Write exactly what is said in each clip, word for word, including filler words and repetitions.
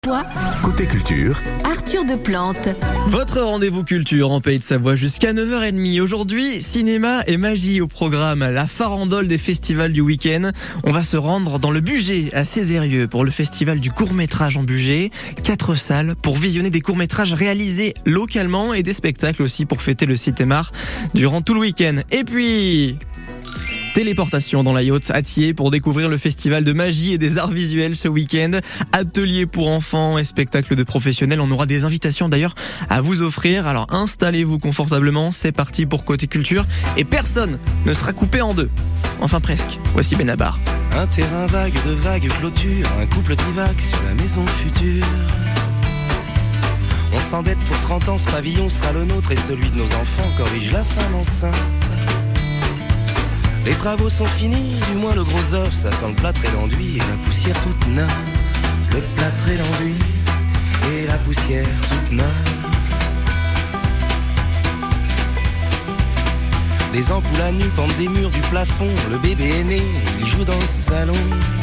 Côté culture, Arthur de Plante. Votre rendez-vous culture en Pays de Savoie jusqu'à neuf heures trente. Aujourd'hui, cinéma et magie au programme, la farandole des festivals du week-end. On va se rendre dans le Bugey à Cézérieux pour le festival du court-métrage en Bugey. Quatre salles pour visionner des courts-métrages réalisés localement et des spectacles aussi pour fêter le sept art durant tout le week-end. Et puis... téléportation dans la yacht à Thiers pour découvrir le festival de magie et des arts visuels ce week-end. Ateliers pour enfants et spectacles de professionnels. On aura des invitations d'ailleurs à vous offrir. Alors installez-vous confortablement. C'est parti pour Côté Culture. Et personne ne sera coupé en deux. Enfin presque. Voici Benabar. Un terrain vague de vagues clôtures. Un couple divague sur la maison future. On s'endette pour trente ans. Ce pavillon sera le nôtre et celui de nos enfants. Corrige la femme enceinte. Les travaux sont finis, du moins le gros œuf, ça sent le plâtre et l'enduit et la poussière toute neuve. Le plâtre et l'enduit et la poussière toute neuve. Les ampoules à nu pendent des murs du plafond, le bébé est né, il joue dans le salon.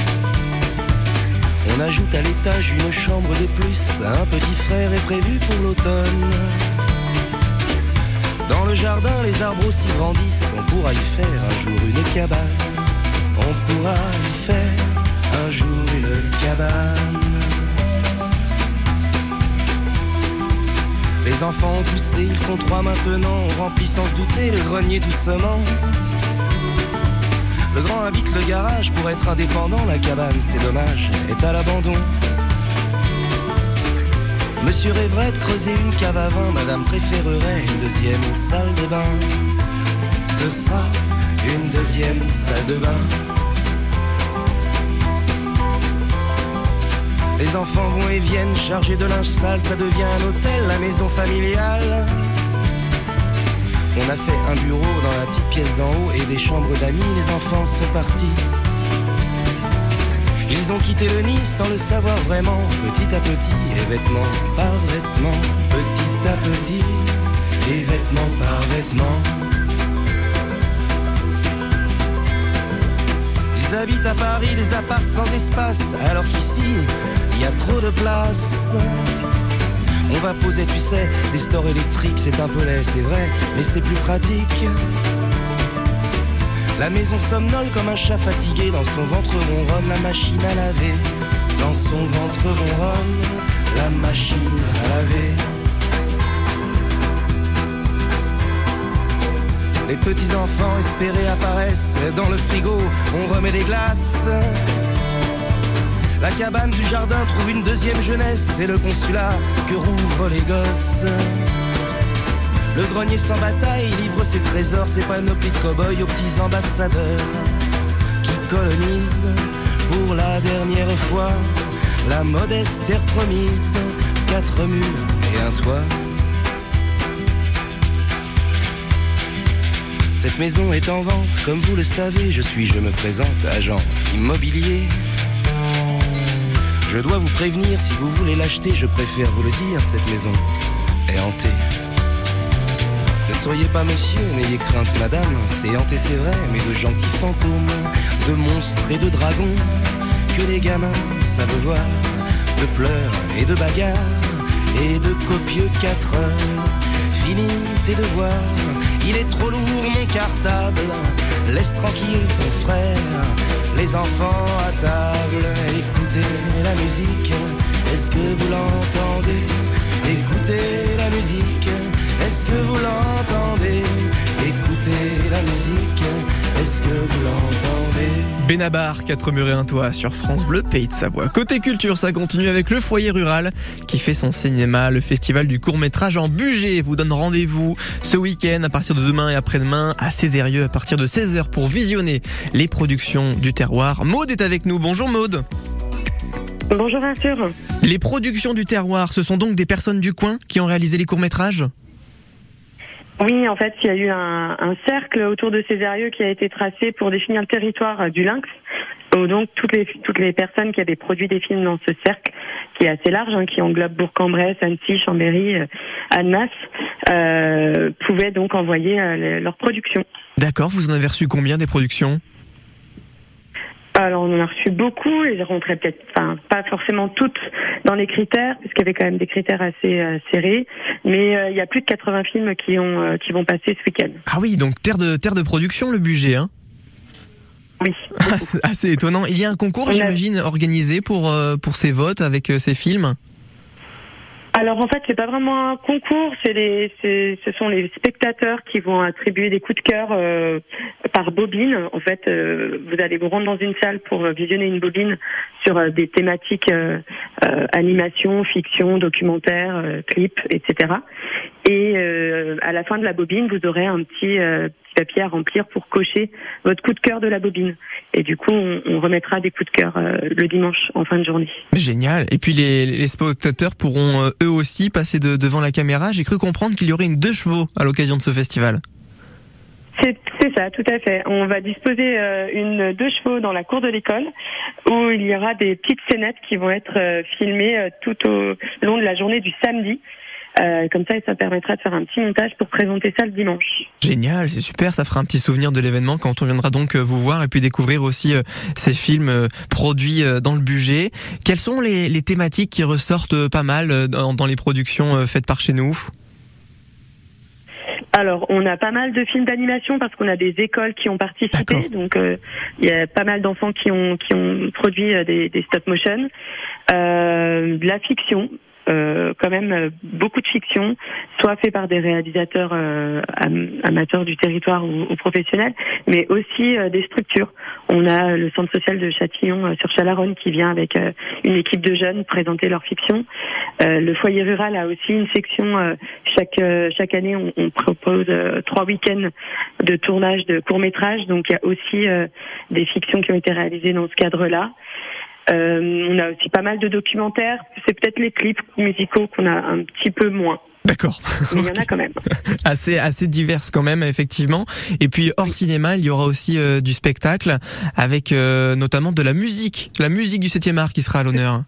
On ajoute à l'étage une chambre de plus, un petit frère est prévu pour l'automne. Dans le jardin, les arbres aussi grandissent. On pourra y faire un jour une cabane. On pourra y faire un jour une cabane. Les enfants ont poussé, ils sont trois maintenant. On remplit sans se douter le grenier doucement. Le grand habite le garage pour être indépendant. La cabane, c'est dommage, est à l'abandon. Monsieur rêverait de creuser une cave à vin. Madame préférerait une deuxième salle de bain. Ce sera une deuxième salle de bain. Les enfants vont et viennent chargés de linge sale. Ça devient un hôtel, la maison familiale. On a fait un bureau dans la petite pièce d'en haut et des chambres d'amis. Les enfants sont partis. Ils ont quitté le nid sans le savoir vraiment. Petit à petit, et vêtement par vêtement. Petit à petit, et vêtement par vêtement. Ils habitent à Paris des apparts sans espace. Alors qu'ici, il y a trop de place. On va poser, tu sais, des stores électriques. C'est un peu laid, c'est vrai, mais c'est plus pratique. La maison somnole comme un chat fatigué. Dans son ventre ronronne la machine à laver. Dans son ventre ronronne la machine à laver. Les petits enfants espérés apparaissent. Dans le frigo on remet des glaces. La cabane du jardin trouve une deuxième jeunesse. C'est le consulat que rouvrent les gosses. Le grenier sans bataille livre ses trésors, ses panoplies de cow-boys aux petits ambassadeurs qui colonisent pour la dernière fois la modeste terre promise, quatre murs et un toit. Cette maison est en vente, comme vous le savez, je suis, je me présente, agent immobilier. Je dois vous prévenir, si vous voulez l'acheter, je préfère vous le dire, cette maison est hantée. Ne soyez pas monsieur, n'ayez crainte madame, c'est hanté c'est vrai, mais de gentils fantômes, de monstres et de dragons, que les gamins savent voir, de pleurs et de bagarres, et de copieux quatre heures. Fini tes devoirs, il est trop lourd mon cartable, laisse tranquille ton frère, les enfants à table, écoutez la musique, est-ce que vous l'entendez? Écoutez la musique, est-ce que vous l'entendez? Écoutez la musique, est-ce que vous l'entendez? Benabar, quatre murs et un toit sur France Bleu, Pays de Savoie. Côté culture, ça continue avec le foyer rural qui fait son cinéma. Le festival du court-métrage en Bugey vous donne rendez-vous ce week-end à partir de demain et après-demain à Cézérieux à partir de seize heures pour visionner les productions du terroir. Maude est avec nous. Bonjour Maude. Bonjour Arthur. Les productions du terroir, ce sont donc des personnes du coin qui ont réalisé les courts-métrages ? Oui, en fait, il y a eu un, un cercle autour de Cézérieux qui a été tracé pour définir le territoire du Lynx. Donc toutes les toutes les personnes qui avaient produit des films dans ce cercle, qui est assez large, hein, qui englobe Bourg-en-Bresse, Annecy, Chambéry, euh, Annemasse, euh, pouvaient donc envoyer euh, leurs productions. D'accord, vous en avez reçu combien des productions ? Alors on en a reçu beaucoup, elles rentraient peut-être, enfin pas forcément toutes dans les critères, parce qu'il y avait quand même des critères assez euh, serrés, mais euh, il y a plus de quatre-vingts films qui ont euh, qui vont passer ce week-end. Ah oui, donc terre de terre de production le budget, hein. Oui. Ah, c'est assez étonnant. Il y a un concours, on j'imagine, a... organisé pour euh, pour ces votes avec euh, ces films. Alors en fait, c'est pas vraiment un concours, c'est les, c'est, ce sont les spectateurs qui vont attribuer des coups de cœur euh, par bobine. En fait, euh, vous allez vous rendre dans une salle pour visionner une bobine sur euh, des thématiques euh, euh, animation, fiction, documentaire, euh, clips, et cetera. Et euh, à la fin de la bobine, vous aurez un petit, euh, petit papier à remplir pour cocher votre coup de cœur de la bobine. Et du coup, on, on remettra des coups de cœur euh, le dimanche en fin de journée. Génial. Et puis les, les spectateurs pourront euh, eux aussi passer de, devant la caméra. J'ai cru comprendre qu'il y aurait une deux chevaux à l'occasion de ce festival. C'est, c'est ça, tout à fait. On va disposer euh, une deux chevaux dans la cour de l'école où il y aura des petites scénettes qui vont être euh, filmées euh, tout au long de la journée du samedi. Euh, comme ça, ça permettra de faire un petit montage pour présenter ça le dimanche. Génial, c'est super, ça fera un petit souvenir de l'événement quand on viendra donc vous voir et puis découvrir aussi euh, ces films euh, produits euh, dans le budget. Quelles sont les, les thématiques qui ressortent euh, pas mal euh, dans, dans les productions euh, faites par chez nous ? Alors, on a pas mal de films d'animation parce qu'on a des écoles qui ont participé. D'accord. Donc, il euh, y a pas mal d'enfants qui ont qui ont produit euh, des, des stop motion, euh, de la fiction. Euh, quand même euh, beaucoup de fiction, soit fait par des réalisateurs euh, am- amateurs du territoire ou, ou professionnels, mais aussi euh, des structures. On a le centre social de Châtillon euh, sur Chalaronne qui vient avec euh, une équipe de jeunes présenter leur fiction. Euh, le foyer rural a aussi une section. Euh, chaque euh, chaque année, on, on propose euh, trois week-ends de tournage de courts-métrages. Donc il y a aussi euh, des fictions qui ont été réalisées dans ce cadre-là. Euh, on a aussi pas mal de documentaires. C'est peut-être les clips musicaux qu'on a un petit peu moins. D'accord. Mais il y en a quand même. assez, assez diverses quand même, effectivement. Et puis, hors oui. cinéma, il y aura aussi euh, du spectacle avec euh, notamment de la musique. La musique du septième art qui sera à l'honneur.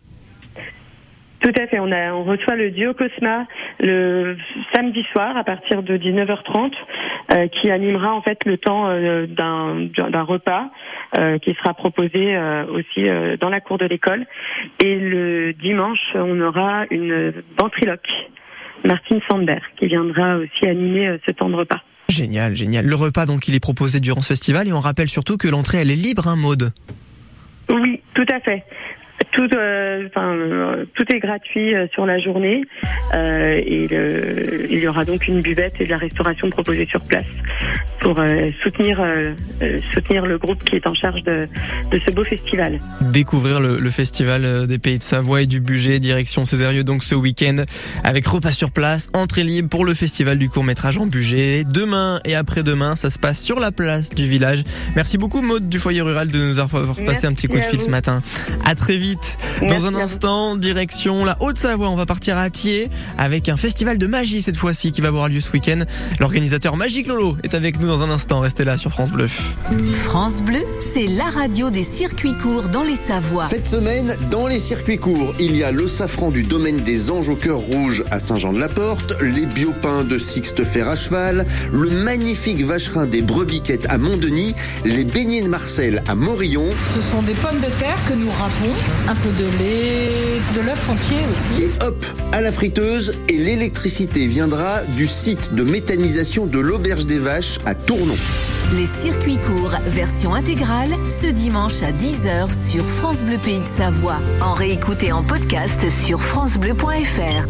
Tout à fait. On a, on reçoit le duo Cosma le samedi soir à partir de dix-neuf heures trente, euh, qui animera en fait le temps euh, d'un, d'un repas euh, qui sera proposé euh, aussi euh, dans la cour de l'école. Et le dimanche, on aura une ventriloque, Martine Sandberg, qui viendra aussi animer euh, ce temps de repas. Génial, génial. Le repas donc il est proposé durant ce festival et on rappelle surtout que l'entrée elle est libre, hein, Maude. Oui, tout à fait. Tout, euh, enfin, euh, tout est gratuit euh, sur la journée euh, et le, il y aura donc une buvette et de la restauration proposée sur place pour euh, soutenir euh, soutenir le groupe qui est en charge de, de ce beau festival. Découvrir le, le festival des Pays de Savoie et du budget, direction Césarieux donc ce week-end avec repas sur place, entrée libre pour le festival du court-métrage en budget. Demain et après-demain, ça se passe sur la place du village. Merci beaucoup Maude du foyer rural de nous avoir passé un petit coup de fil ce matin. À très vite. Dans Merci un instant, direction la Haute-Savoie, on va partir à Thiers avec un festival de magie cette fois-ci qui va avoir lieu ce week-end. L'organisateur Magique Lolo est avec nous dans un instant, restez là sur France Bleu. France Bleu, c'est la radio des circuits courts dans les Savoies. Cette semaine, dans les circuits courts, il y a le safran du domaine des Anges au cœur rouge à Saint-Jean-de-la-Porte, les biopins de Sixte Fer à cheval, le magnifique vacherin des Brebiquettes à Montdenis, les beignets de Marcel à Morillon. Ce sont des pommes de terre que nous râpons. Un peu de lait, de l'œuf entier aussi. Et hop, à la friteuse, et l'électricité viendra du site de méthanisation de l'Auberge des Vaches à Tournon. Les circuits courts, version intégrale, ce dimanche à dix heures sur France Bleu Pays de Savoie. En réécoute et en podcast sur francebleu point f r.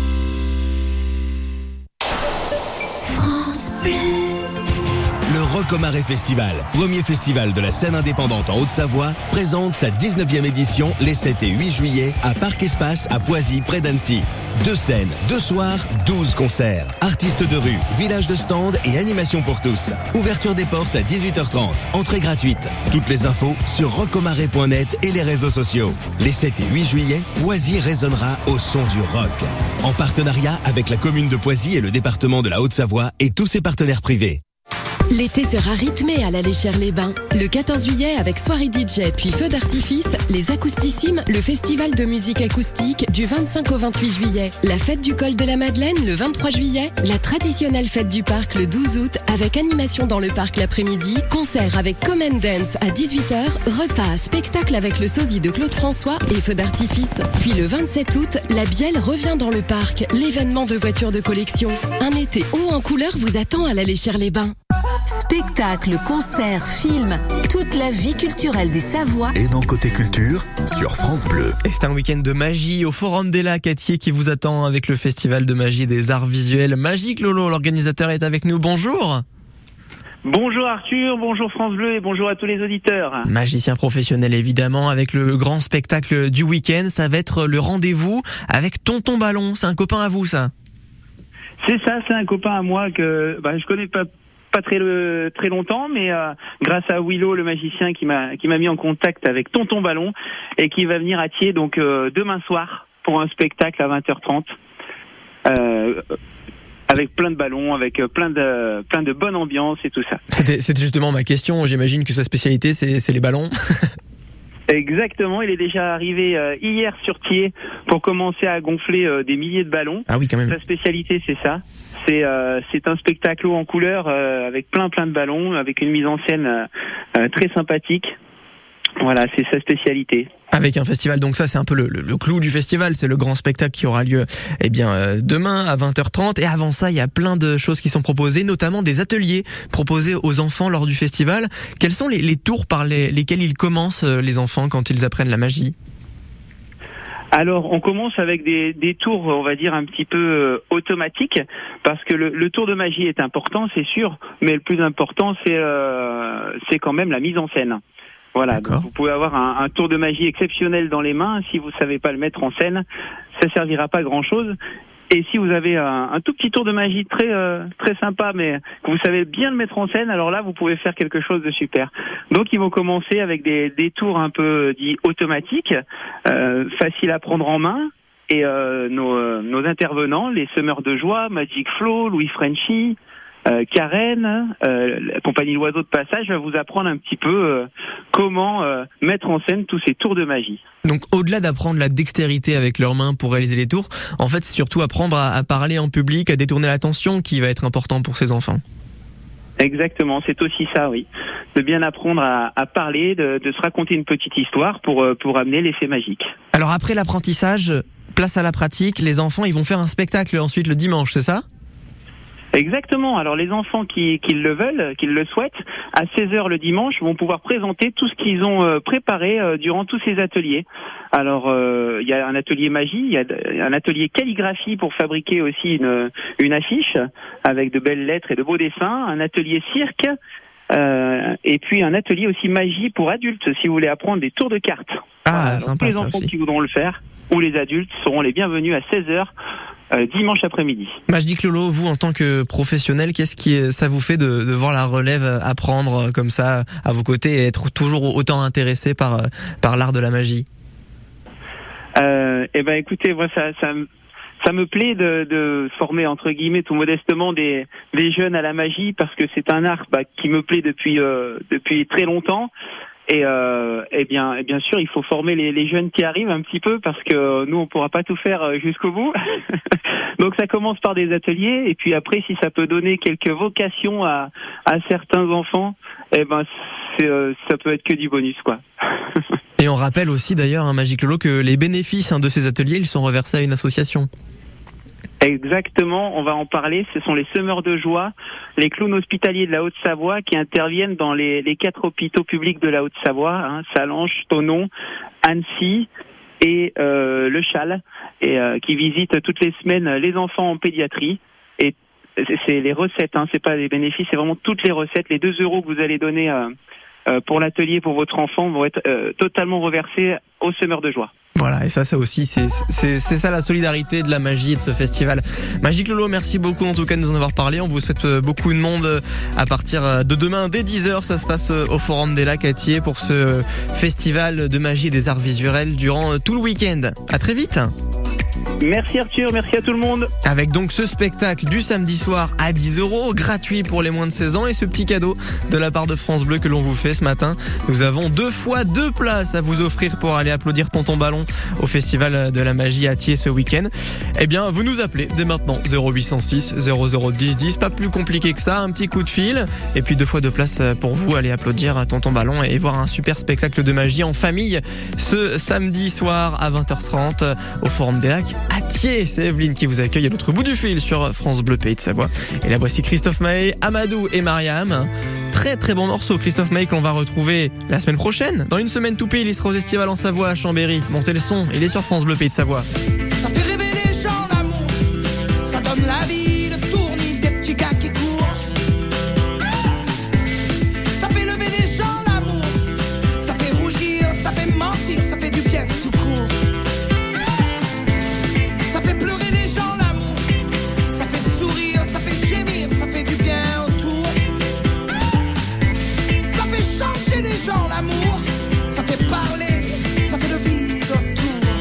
France Bleu. Le Rocomaré Festival, premier festival de la scène indépendante en Haute-Savoie, présente sa dix-neuvième édition les sept et huit juillet à Parc Espace à Poisy, près d'Annecy. Deux scènes, deux soirs, douze concerts. Artistes de rue, village de stand et animation pour tous. Ouverture des portes à dix-huit heures trente. Entrée gratuite. Toutes les infos sur rocomaré point net et les réseaux sociaux. Les sept et huit juillet, Poisy résonnera au son du rock. En partenariat avec la commune de Poisy et le département de la Haute-Savoie et tous ses partenaires privés. L'été sera rythmé à la Léchère-les-Bains. Le quatorze juillet, avec soirée D J puis feu d'artifice, les Acoustissimes, le festival de musique acoustique du vingt-cinq au vingt-huit juillet. La fête du col de la Madeleine le vingt-trois juillet. La traditionnelle fête du parc le douze août avec animation dans le parc l'après-midi, concert avec Common Dance à dix-huit heures, repas, spectacle avec le sosie de Claude François et feu d'artifice. Puis le vingt-sept août, la Bielle revient dans le parc, l'événement de voitures de collection. Un été haut en couleur vous attend à la Léchère-les-Bains. Spectacles, concerts, films, toute la vie culturelle des Savoies. Et dans Côté Culture, sur France Bleu. Et c'est un week-end de magie au Forum des Lacs à Thiers qui vous attend avec le Festival de magie des arts visuels. Magique Lolo, l'organisateur, est avec nous. Bonjour. Bonjour Arthur, bonjour France Bleu et bonjour à tous les auditeurs. Magicien professionnel évidemment, avec le grand spectacle du week-end, ça va être le rendez-vous avec Tonton Ballon. C'est un copain à vous, ça? C'est ça, c'est un copain à moi que bah, je connais pas pas très le, très longtemps, mais euh, grâce à Willow, le magicien, qui m'a qui m'a mis en contact avec Tonton Ballon et qui va venir à Thiers donc euh, demain soir pour un spectacle à vingt heures trente. Euh, avec plein de ballons, avec plein de plein de bonne ambiance et tout ça. C'était, c'était justement ma question. J'imagine que sa spécialité c'est, c'est les ballons. Exactement, il est déjà arrivé euh, hier sur Thiers pour commencer à gonfler euh, des milliers de ballons. Ah oui, quand même. Sa spécialité, c'est ça. C'est euh, c'est un spectacle haut en couleur euh, avec plein plein de ballons, avec une mise en scène euh, euh, très sympathique. Voilà, c'est sa spécialité. Avec un festival, donc ça c'est un peu le, le, le clou du festival, c'est le grand spectacle qui aura lieu eh bien euh, demain à vingt heures trente. Et avant ça, il y a plein de choses qui sont proposées, notamment des ateliers proposés aux enfants lors du festival. Quels sont les, les tours par les, lesquels ils commencent, euh, les enfants, quand ils apprennent la magie ? Alors, on commence avec des, des tours, on va dire, un petit peu euh, automatiques, parce que le, le tour de magie est important, c'est sûr, mais le plus important, c'est euh, c'est quand même la mise en scène. Voilà, donc vous pouvez avoir un, un tour de magie exceptionnel dans les mains. Si vous savez pas le mettre en scène, ça servira pas à grand chose. Et si vous avez un, un tout petit tour de magie très euh, très sympa, mais que vous savez bien le mettre en scène, alors là, vous pouvez faire quelque chose de super. Donc, ils vont commencer avec des, des tours un peu dits automatiques, euh, faciles à prendre en main. Et euh, nos, euh, nos intervenants, les semeurs de joie, Magic Flo, Louis Frenchy, Euh, Karen, euh, la compagnie L'Oiseau de Passage va vous apprendre un petit peu euh, comment euh, mettre en scène tous ces tours de magie. Donc au-delà d'apprendre la dextérité avec leurs mains pour réaliser les tours, en fait c'est surtout apprendre à, à parler en public, à détourner l'attention qui va être important pour ces enfants. Exactement, c'est aussi ça, oui. De bien apprendre à, à parler, de, de se raconter une petite histoire pour, pour amener l'effet magique. Alors après l'apprentissage, place à la pratique, les enfants ils vont faire un spectacle ensuite le dimanche, c'est ça ? Exactement. Alors les enfants qui, qui le veulent, qui le souhaitent, à seize heures le dimanche, vont pouvoir présenter tout ce qu'ils ont euh, préparé euh, durant tous ces ateliers. Alors euh, il y a un atelier magie, il y a un atelier calligraphie pour fabriquer aussi une, une affiche avec de belles lettres et de beaux dessins, un atelier cirque, euh, et puis un atelier aussi magie pour adultes si vous voulez apprendre des tours de cartes. Ah, Alors, sympa, les ça enfants aussi. qui voudront le faire, ou les adultes, seront les bienvenus à seize heures Euh, dimanche après-midi. Magic Lolo, vous en tant que professionnel, qu'est-ce qui ça vous fait de, de voir la relève apprendre comme ça à vos côtés et être toujours autant intéressé par par l'art de la magie? Euh, eh ben écoutez, moi ça ça ça me plaît de, de former entre guillemets tout modestement des des jeunes à la magie parce que c'est un art bah, qui me plaît depuis euh, depuis très longtemps. Et, euh, et bien, et bien sûr, il faut former les, les jeunes qui arrivent un petit peu parce que nous, on pourra pas tout faire jusqu'au bout. Donc, ça commence par des ateliers, et puis après, si ça peut donner quelques vocations à, à certains enfants, eh ben, c'est, euh, ça peut être que du bonus, quoi. Et on rappelle aussi d'ailleurs, hein, Magic Lolo, que les bénéfices hein, de ces ateliers, ils sont reversés à une association. Exactement, on va en parler. Ce sont les semeurs de joie, les clowns hospitaliers de la Haute-Savoie qui interviennent dans les, les quatre hôpitaux publics de la Haute-Savoie, hein, Sallanches, Thonon, Annecy et euh, Le Châle, et euh, qui visitent toutes les semaines les enfants en pédiatrie. Et c'est les recettes, hein, c'est pas les bénéfices, c'est vraiment toutes les recettes. Les deux euros que vous allez donner euh, euh, pour l'atelier pour votre enfant vont être euh, totalement reversés aux semeurs de joie. Voilà, et ça, ça aussi, c'est, c'est, c'est ça la solidarité de la magie et de ce festival. Magic Lolo, merci beaucoup en tout cas de nous en avoir parlé. On vous souhaite beaucoup de monde à partir de demain dès dix heures. Ça se passe au Forum des Lacs à Thiers pour ce festival de magie et des arts visuels durant tout le week-end. À très vite. Merci Arthur, merci à tout le monde. Avec donc ce spectacle du samedi soir à dix euros, gratuit pour les moins de seize ans, et ce petit cadeau de la part de France Bleu que l'on vous fait ce matin. Nous avons deux fois deux places à vous offrir pour aller applaudir Tonton Ballon au Festival de la Magie à Thiers ce week-end. Eh bien, vous nous appelez dès maintenant zéro huit cent six zéro zéro dix dix, pas plus compliqué que ça, un petit coup de fil, et puis deux fois deux places pour vous aller applaudir Tonton Ballon et voir un super spectacle de magie en famille ce samedi soir à vingt heures trente au Forum des Lacs à Thiers. C'est Evelyne qui vous accueille à l'autre bout du fil sur France Bleu Pays de Savoie. Et là voici Christophe Maé, Amadou et Mariam. Très très bon morceau, Christophe Maé, que l'on va retrouver la semaine prochaine. Dans une semaine tout pile, il sera aux Estivales en Savoie à Chambéry. Montez le son, il est sur France Bleu Pays de Savoie. Ça fait rêver les gens l'amour, ça donne la vie, le tournis des petits gars qui courent. Ça fait lever les gens l'amour, ça fait rougir, ça fait mentir, ça fait du bien tout court. Ça fait pleurer les gens l'amour, ça fait sourire, ça fait gémir, ça fait du bien autour. Ça fait changer les gens l'amour, ça fait parler, ça fait le vide autour.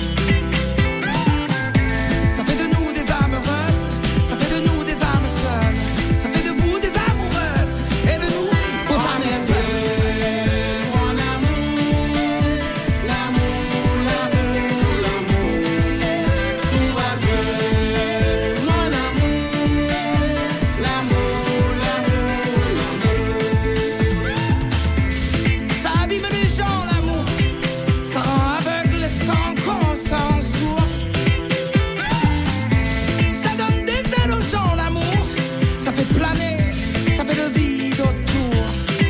Ça fait de nous des âmes heureuses, ça fait de nous des âmes seules, ça fait de vous des amoureuses et de nous vos âmes seules. Mon amour, l'amour, l'amour, l'amour, tout va bien. Mon amour, l'amour, l'amour, l'amour. Ça abîme les gens l'amour, ça rend aveugle sans conscience sourd. Ça donne des ailes aux gens l'amour, ça fait planer, ça fait le vide autour.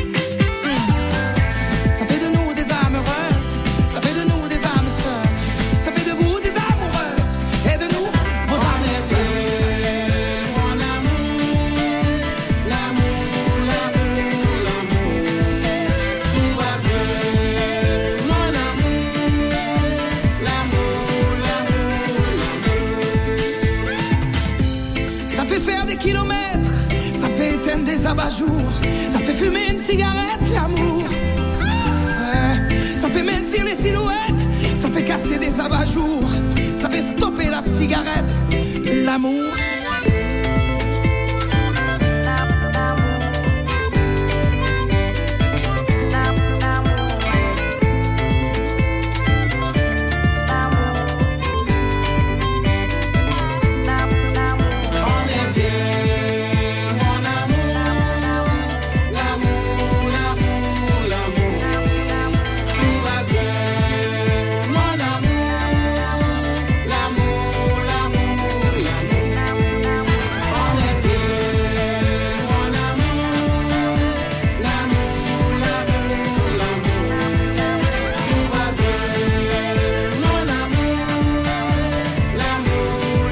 Hmm. Ça fait de nous des âmes heureuses, ça fait de nous des âmes seules, ça fait de vous des amoureuses et de nous vos âmes seules. Mon amour, l'amour, l'amour, l'amour, tout va bien. Mon amour, l'amour, l'amour, l'amour. Ça fait faire des kilomètres, ça fait éteindre des abat-jours, ça fait fumer une cigarette, l'amour. Ouais. Ça fait mincir les silhouettes, ça fait casser des abat-jours, ça fait stopper la cigarette, l'amour. On est bien, mon amour, l'amour, l'amour, l'amour, tout va bien. Mon amour, l'amour, l'amour, l'amour, on est bien. Mon amour, l'amour, l'amour, l'amour, tout va bien. Mon amour, l'amour,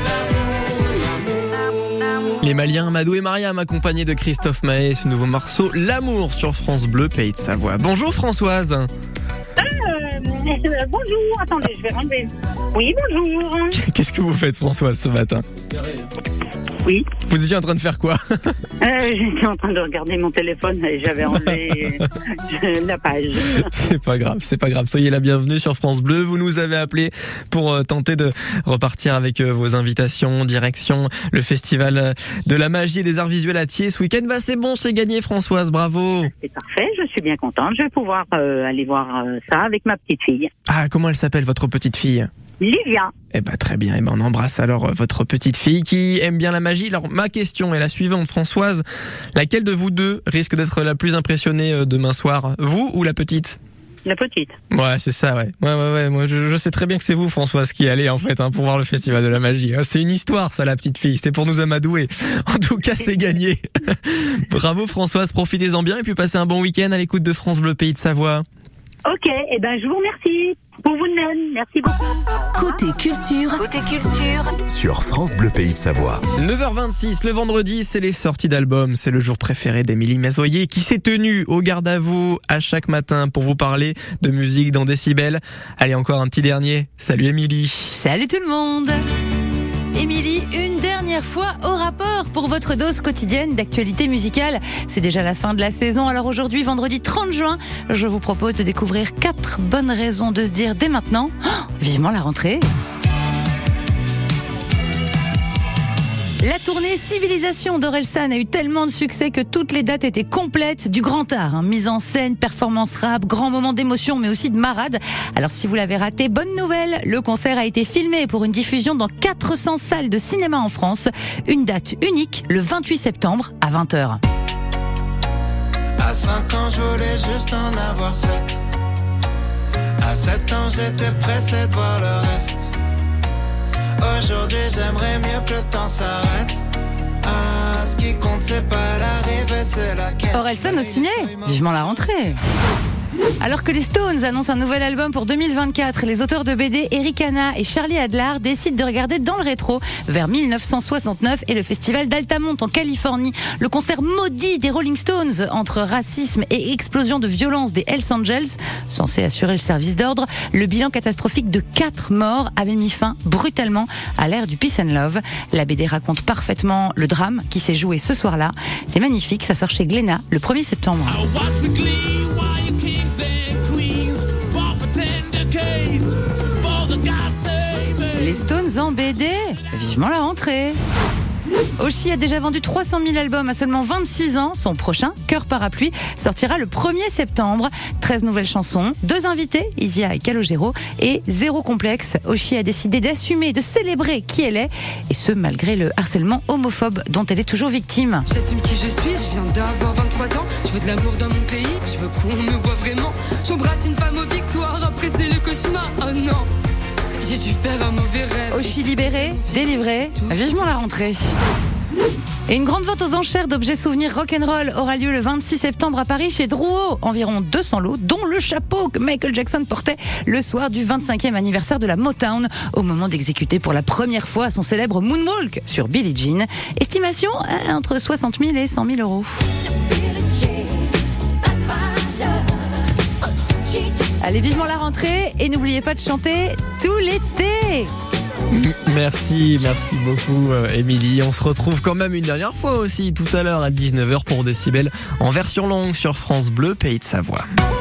l'amour, l'amour. Les Maliens Amadou et Mariam accompagnés de Christophe Maé, ce nouveau morceau L'amour sur France Bleu Pays de Savoie. Bonjour Françoise. Euh, bonjour, attendez, je vais relever. Oui, bonjour. Qu'est-ce que vous faites Françoise ce matin? Oui. Vous étiez en train de faire quoi? Euh, j'étais en train de regarder mon téléphone et j'avais enlevé euh, la page. C'est pas grave, c'est pas grave. Soyez la bienvenue sur France Bleu. Vous nous avez appelé pour euh, tenter de repartir avec euh, vos invitations, direction le Festival de la Magie et des Arts Visuels à Thiers ce week-end. Bah c'est bon, c'est gagné Françoise, bravo. C'est parfait, je suis bien contente. Je vais pouvoir euh, aller voir euh, ça avec ma petite fille. Ah, comment elle s'appelle votre petite fille? Livia. Eh ben très bien, eh ben on embrasse alors euh, votre petite fille qui aime bien la magie. Alors ma question est la suivante Françoise, laquelle de vous deux risque d'être la plus impressionnée euh, demain soir, vous ou la petite? La petite. Ouais, c'est ça, ouais. Ouais, ouais, ouais. Moi, je, je sais très bien que c'est vous, Françoise, qui allez, en fait, hein, pour voir le Festival de la Magie. C'est une histoire, ça, la petite fille. C'était pour nous amadouer. En tout cas, c'est gagné. Bravo, Françoise. Profitez-en bien et puis passez un bon week-end à l'écoute de France Bleu Pays de Savoie. Ok, eh ben, je vous remercie. Pour vous de même. Merci beaucoup. Côté culture. Côté culture. Sur France Bleu Pays de Savoie. neuf heures vingt-six, le vendredi, c'est les sorties d'albums. C'est le jour préféré d'Émilie Mazoyer qui s'est tenue au garde à vous à chaque matin pour vous parler de musique dans Décibel. Allez, encore un petit dernier. Salut Émilie. Salut tout le monde. Émilie, une dernière fois au rapport pour votre dose quotidienne d'actualité musicale. C'est déjà la fin de la saison, alors aujourd'hui, vendredi trente juin, je vous propose de découvrir quatre bonnes raisons de se dire dès maintenant, oh, vivement la rentrée. La tournée Civilisation d'Orelsan a eu tellement de succès que toutes les dates étaient complètes, du grand art, hein. Mise en scène, performance rap, grand moment d'émotion, mais aussi de marade. Alors si vous l'avez raté, bonne nouvelle, le concert a été filmé pour une diffusion dans quatre cents salles de cinéma en France. Une date unique, le vingt-huit septembre à vingt heures. À cinq ans, je voulais juste en avoir sept. À sept ans, j'étais pressé de voir le reste. Aujourd'hui, j'aimerais mieux que le temps s'arrête. Ah, ce qui compte, c'est pas l'arrivée, c'est la quête. Orelsan au ciné, vivement la rentrée. Alors que les Stones annoncent un nouvel album pour deux mille vingt-quatre, les auteurs de B D Eric Hanna et Charlie Adler décident de regarder dans le rétro vers mille neuf cent soixante-neuf et le festival d'Altamont en Californie. Le concert maudit des Rolling Stones entre racisme et explosion de violence des Hells Angels, censé assurer le service d'ordre. Le bilan catastrophique de quatre morts avait mis fin brutalement à l'ère du Peace and Love. La B D raconte parfaitement le drame qui s'est joué ce soir-là. C'est magnifique, ça sort chez Glénat le premier septembre. Les Stones en B D, vivement la rentrée. Oshi a déjà vendu trois cent mille albums à seulement vingt-six ans. Son prochain, Cœur Parapluie, sortira le premier septembre. treize nouvelles chansons, deux invités, Isia et Calogero, et zéro complexe. Oshi a décidé d'assumer, de célébrer qui elle est, et ce malgré le harcèlement homophobe dont elle est toujours victime. J'assume qui je suis, je viens d'avoir vingt-trois ans. Je veux de l'amour dans mon pays, je veux qu'on me voit vraiment. J'embrasse une femme aux victoires, après c'est le cauchemar. Oh non, j'ai dû faire un mauvais rêve. Oshi libéré, délivré, vivement la rentrée. Et une grande vente aux enchères d'objets souvenirs rock'n'roll aura lieu le vingt-six septembre à Paris chez Drouot. Environ deux cents lots, dont le chapeau que Michael Jackson portait le soir du vingt-cinquième anniversaire de la Motown, au moment d'exécuter pour la première fois son célèbre Moonwalk sur Billie Jean. Estimation euh, entre soixante mille et cent mille euros. Allez, vivement la rentrée et n'oubliez pas de chanter tout l'été. Merci, merci beaucoup Émilie. On se retrouve quand même une dernière fois aussi tout à l'heure à dix-neuf heures pour Décibel en version longue sur France Bleu, Pays de Savoie.